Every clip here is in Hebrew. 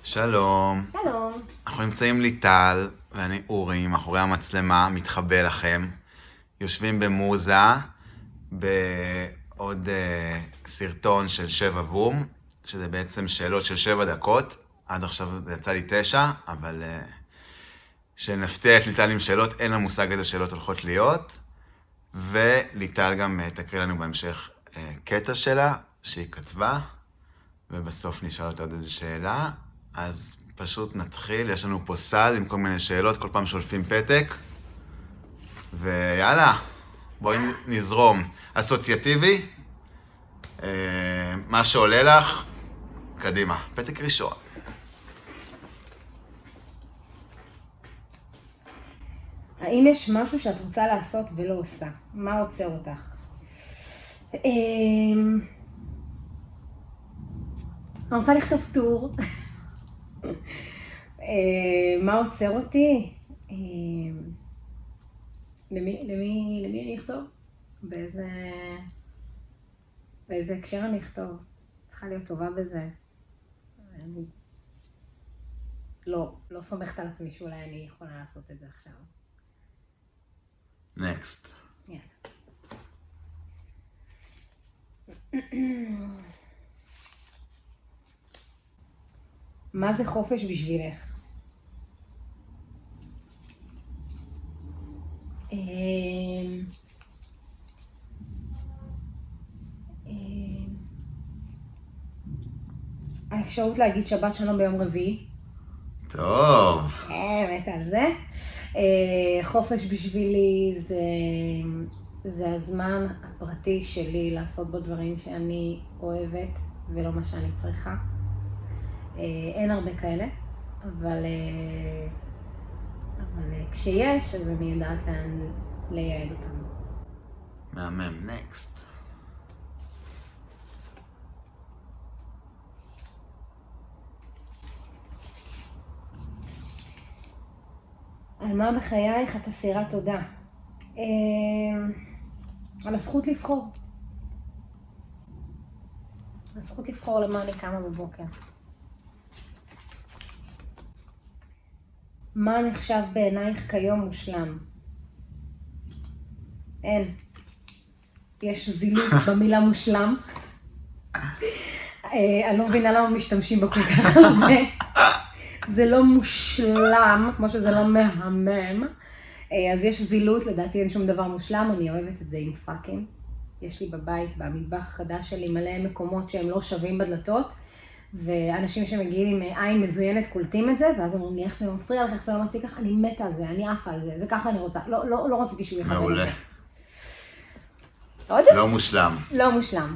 שלום. שלום. אנחנו נמצאים ליטל ואני אורי, מאחורי המצלמה, מתחבא לכם. יושבים במוזה, בעוד סרטון של 7 בום, שזה בעצם שאלות של 7 דקות. עד עכשיו זה יצא לי 9, אבל שנפתיע את ליטל עם שאלות, אין לה מושג איזה שאלות הולכות להיות. וליטל גם תקריא לנו בהמשך קטע שלה, שהיא כתבה, ובסוף נשאל אותה עוד איזו שאלה. אז פשוט נתחיל, יש לנו פה סל עם כל מיני שאלות, כל פעם שולפים פתק. ויאללה, בואי נזרום. אסוציאטיבי, מה שעולה לך, קדימה. פתק ראשון. האם יש משהו שאת רוצה לעשות ולא עושה? מה עוצר אותך? אני רוצה לכתוב טור. מה עוצר אותי? למי אני אכתוב? באיזה הקשר אני אכתוב? צריכה להיות טובה בזה. אני לא סומכת על עצמי שאולי אני יכולה לעשות את זה עכשיו. נקסט. מה זה חופש בשבילך? האפשרות להגיד שבת שלום ביום רביעי. טוב. מתה על זה. חופש בשבילי זה הזמן הפרטי שלי לעשות בו דברים שאני אוהבת ולא מה שאני צריכה. אין הרבה כאלה, אבל כשיש, אז אני יודעת לאן לייעד אותם. מהמם, נקסט. על מה בחייך את אסירת תודה? על הזכות לבחור. הזכות לבחור למה אני קמה בבוקר. מה נחשב בעינייך כיום מושלם? אין. יש זילות במילה מושלם. אני לא מבינה למה משתמשים בה כל כך הרבה. זה לא מושלם, כמו שזה לא מהמם. אז יש זילות, לדעתי אין שום דבר מושלם, אני אוהבת את זה עם פאקים. יש לי בבית, במטבח החדש שלי, מלא מקומות שהם לא שווים בדלתות, ואנשים שמגיעים עם עין מזוינת קולטים את זה, ואז אומרים לי, איך זה מפריע לך, איך זה לא מציג לך, אני מתה על זה, אני עפה על זה, זה ככה אני רוצה. לא רציתי שהוא יכבד את זה. מעולה. עוד? לא מושלם. לא מושלם.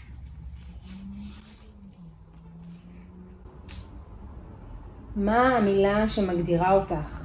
מה המילה שמגדירה אותך?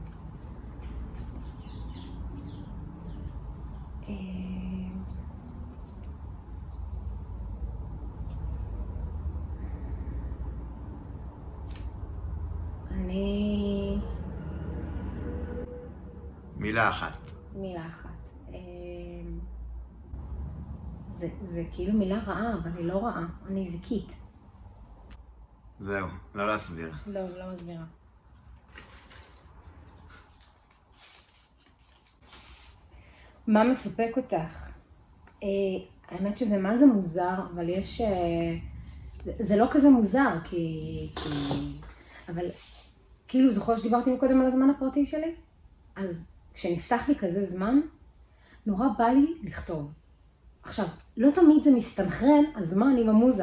מילה אחת. מילה אחת. זה כאילו מילה רעה, אבל היא לא רעה. אני זיקית. זהו, לא להסביר. לא מסבירה. מה מספק אותך? האמת שזה מה זה מוזר, אבל יש... זה לא כזה מוזר, אבל כאילו זוכר שדיברתי מקודם על הזמן הפרטי שלי? אז כשנפתח לי כזה זמן, נורא בא לי לכתוב. עכשיו, לא תמיד זה מסתנכרן, הזמן עם המוזה.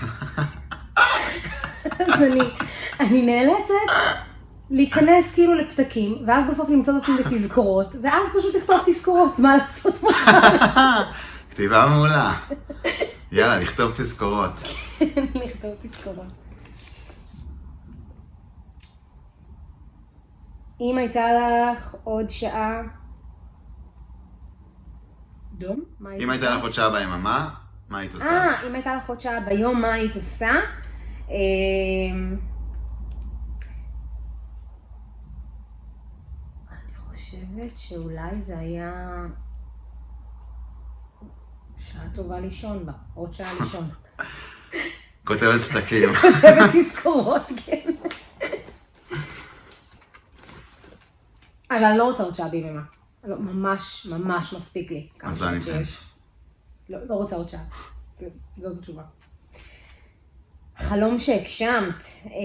אז אני נאלצת להיכנס כאילו לפתקים, ואז בסוף למצוא אותי בתזכורות, ואז פשוט לכתוב תזכורות, מה לעשות מחר. כתיבה מעולה. יאללה, לכתוב תזכורות. לכתוב תזכורות. אם הייתה לך עוד שעה... דום? אם הייתה לך עוד שעה ביממה, מה היית עושה? אם הייתה לך עוד שעה ביום, מה היית עושה? אני חושבת שאולי זה היה שעה טובה לישון בה, עוד שעה לישון. כותבת פתקים. כותבת תזכורות, כן. אבל אני לא רוצה עוד שעה ביממה. ממש, ממש מספיק לי. אז לא ניתן. לא רוצה עוד שעה. זאת התשובה. חלום שהגשמת.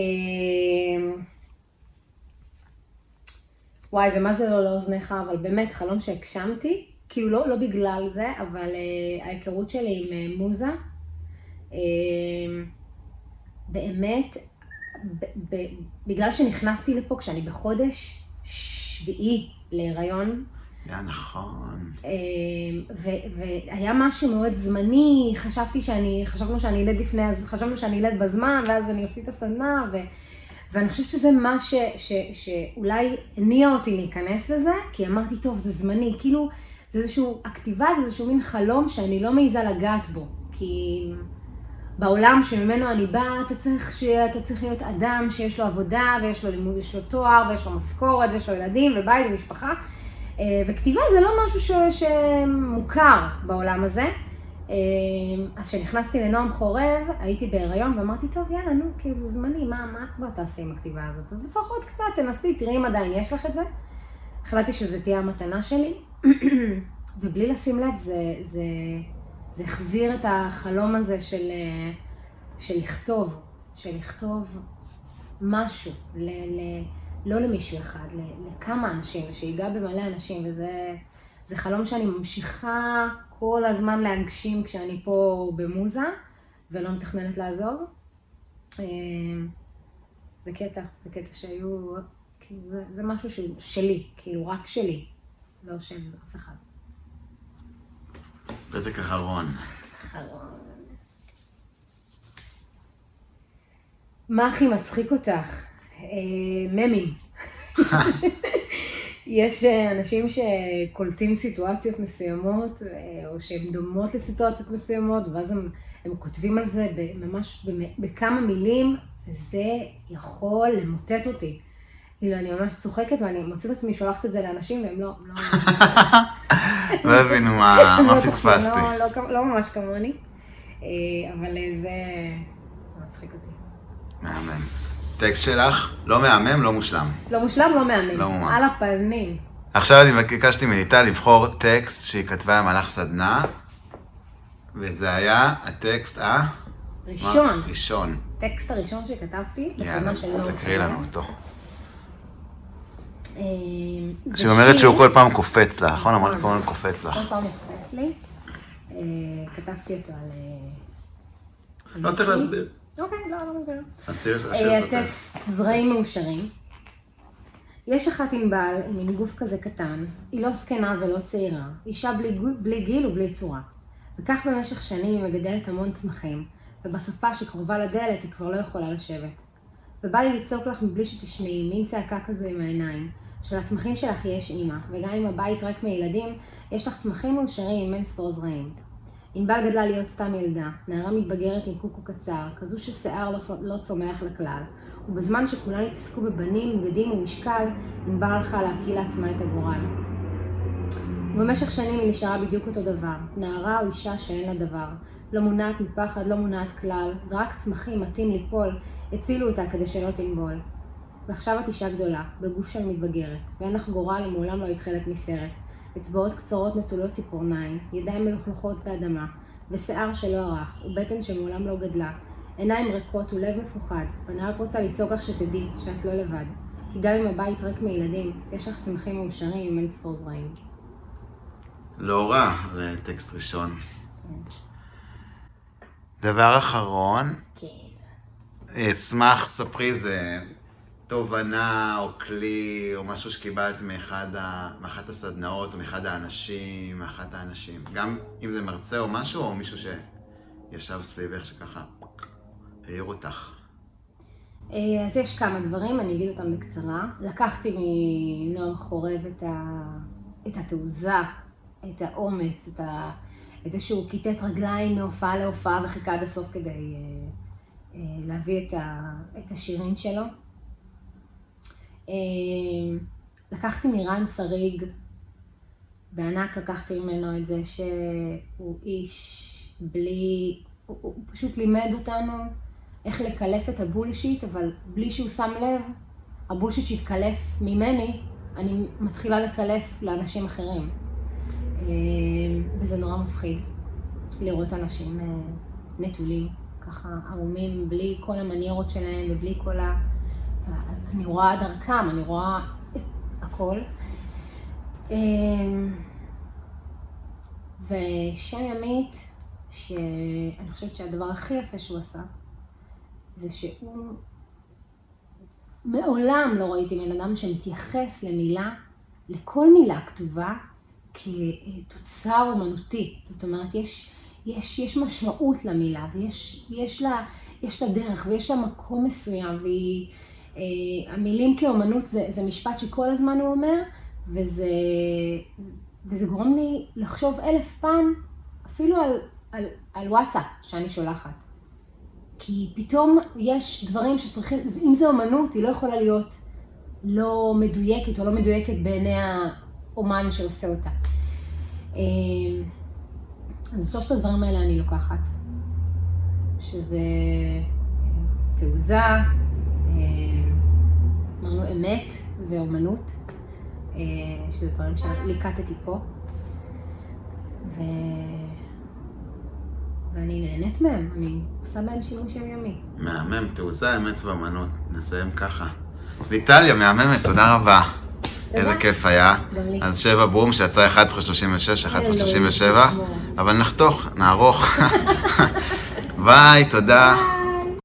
וואי, זה מה זה לא לאוזניך, אבל באמת חלום שהגשמתי. כאילו לא בגלל זה, אבל ההיכרות שלי עם מוזה, באמת, בגלל שנכנסתי לפה כשאני בחודש שביעי להיריון. נכון. והיה משהו מאוד זמני, חשבנו שאני ילד לפני, אז חשבנו שאני ילד בזמן, ואז אני אפסיד את הסדנה, ואני חושבת שזה מה שאולי הניע אותי להיכנס לזה, כי אמרתי, טוב, זה זמני, כאילו, זה איזשהו הכתיבה, זה איזשהו מין חלום שאני לא מעיזה לגעת בו, כי בעולם שממנו אני באה, אתה צריך להיות אדם שיש לו עבודה, ויש לו לימוד, יש לו תואר, ויש לו משכורת, ויש לו ילדים, ובית ומשפחה, וכתיבה זה לא משהו שמוכר בעולם הזה. אז כשנכנסתי לנועם חורב, הייתי בהיריון ואמרתי, טוב, יאללה, נו, כאילו זה זמני, מה את בוא תעשה עם הכתיבה הזאת? אז לפחות קצת תנסי, תראי אם עדיין יש לך את זה. החלטתי שזה תהיה המתנה שלי, ובלי לשים לב, זה החזיר את החלום הזה של לכתוב משהו, לא למישהו אחד, לכמה אנשים, שיגע במלא אנשים, וזה חלום שאני ממשיכה כל הזמן להגשים כשאני פה במוזה, ולא מתכננת לעזוב. זה קטע שהיו, כאילו, זה משהו שלי, כאילו רק שלי, לא של אף אחד. פתק אחרון. מה הכי מצחיק אותך? ממים. יש אנשים שקולטים סיטואציות מסוימות, או שהן דומות לסיטואציות מסוימות, ואז הם כותבים על זה ממש בכמה מילים, וזה יכול למוטט אותי. כאילו, אני ממש צוחקת, ואני מוצאת עצמי שולחת את זה לאנשים, והם לא... לא הבינו מה פספסתי. לא ממש כמוני, אבל זה מצחיק אותי. מהמם. טקסט שלך, לא מהמם, לא מושלם. לא מושלם, לא מהמם. לא מומם. על הפנים. עכשיו אני ביקשתי מליטל לבחור טקסט שהיא כתבה במהלך סדנה, וזה היה הטקסט ראשון. טקסט הראשון שכתבתי, בסדנה של יאללה, תקריא לנו אותו. זה שהיא אומרת שהוא כל פעם קופץ לה, נכון? אמרת כל פעם קופץ לך. כל פעם קופץ לי. כתבתי אותו על... לא צריך להסביר. אוקיי, לא מסביר. השיר ספר. הטקסט זרעים מאושרים. יש אחת ענבל עם מין גוף כזה קטן, היא לא זקנה ולא צעירה, אישה בלי גיל ובלי צורה. וכך במשך שנים היא מגדלת המון צמחים, ובסופה שקרובה לדלת היא כבר לא יכולה לשבת. ובא לי לצעוק לך מבלי שתשמעי, מין צעקה כזו עם העיניים, שלצמחים שלך יש אימא, וגם אם הבית רק מילדים, יש לך צמחים מאושרים עם אין ספור זרעים. ענבל גדלה להיות סתם ילדה, נערה מתבגרת עם קוקו קצר, כזו ששיער לא צומח לכלל, ובזמן שכולן התעסקו בבנים, בגדים ומשקל, ענבל הלכה להקיא לעצמה את הגורל. ובמשך שנים היא נשארה בדיוק אותו דבר, נערה או אישה שאין לה דבר, לא מונעת מפחד, לא מונעת כלל, ורק צמחים מתים ליפול, הצילו אותה כדי שלא תנבול. ועכשיו את אישה גדולה, בגוף של מתבגרת, ואין לך גורל ומעולם לא היית חלק מסרט. אצבעות קצרות נטולות ציפורניים, ידיים מלוכלכות באדמה, ושיער שלא ערך, ובטן שמעולם לא גדלה, עיניים ריקות ולב מפוחד, ואני רק רוצה לצעוק לך שתדעי שאת לא לבד, כי גם אם הבית ריק מילדים, יש לך צמחים מאושרים עם אין ספור זרעים. לא רע, לטקסט ראשון. דבר אחרון, אשמח, ספרי זה תובנה או כלי או משהו שקיבלת מאחת הסדנאות או מאחת האנשים, גם אם זה מרצה או משהו או מישהו שישב סביבך שככה העיר אותך. אז יש כמה דברים, אני אגיד אותם בקצרה. לקחתי מנועם חורב את התעוזה, את האומץ, את איזשהו כיתת רגליים מהופעה להופעה וחיכה עד הסוף כדי להביא את השירים שלו. לקחתי מרן שריג, בענק לקחתי ממנו את זה שהוא איש בלי, הוא פשוט לימד אותנו איך לקלף את הבולשיט, אבל בלי שהוא שם לב, הבולשיט שהתקלף ממני, אני מתחילה לקלף לאנשים אחרים. וזה נורא מפחיד לראות אנשים נטולים, ככה ערומים, בלי כל המניירות שלהם ובלי כל אני רואה דרכם, אני רואה את הכל. ושם ימית, שאני חושבת שהדבר הכי יפה שהוא עשה, זה שהוא מעולם לא ראיתי בן אדם שמתייחס למילה, לכל מילה כתובה, כתוצר אומנותי. זאת אומרת, יש משמעות למילה, ויש לה דרך, ויש לה מקום מסוים, המילים כאומנות זה משפט שכל הזמן הוא אומר, וזה גורם לי לחשוב 1000 פעם, אפילו על וואטסאפ שאני שולחת. כי פתאום יש דברים שצריכים, אם זה אומנות, היא לא יכולה להיות לא מדויקת או לא מדויקת בעיני האומן שעושה אותה. אז 3 הדברים האלה אני לוקחת, שזה תעוזה, אמרנו אמת ואומנות, שזה דברים שליקטתי פה, ואני נהנית מהם, אני עושה בהם שימוש יומיומי. מהמם, תעוזה, אמת ואומנות, נסיים ככה. ליטליה, מהממת, תודה רבה. איזה כיף היה. אז 7 בום שיצא 11:36, 11:37, אבל נחתוך, נערוך. ביי, תודה.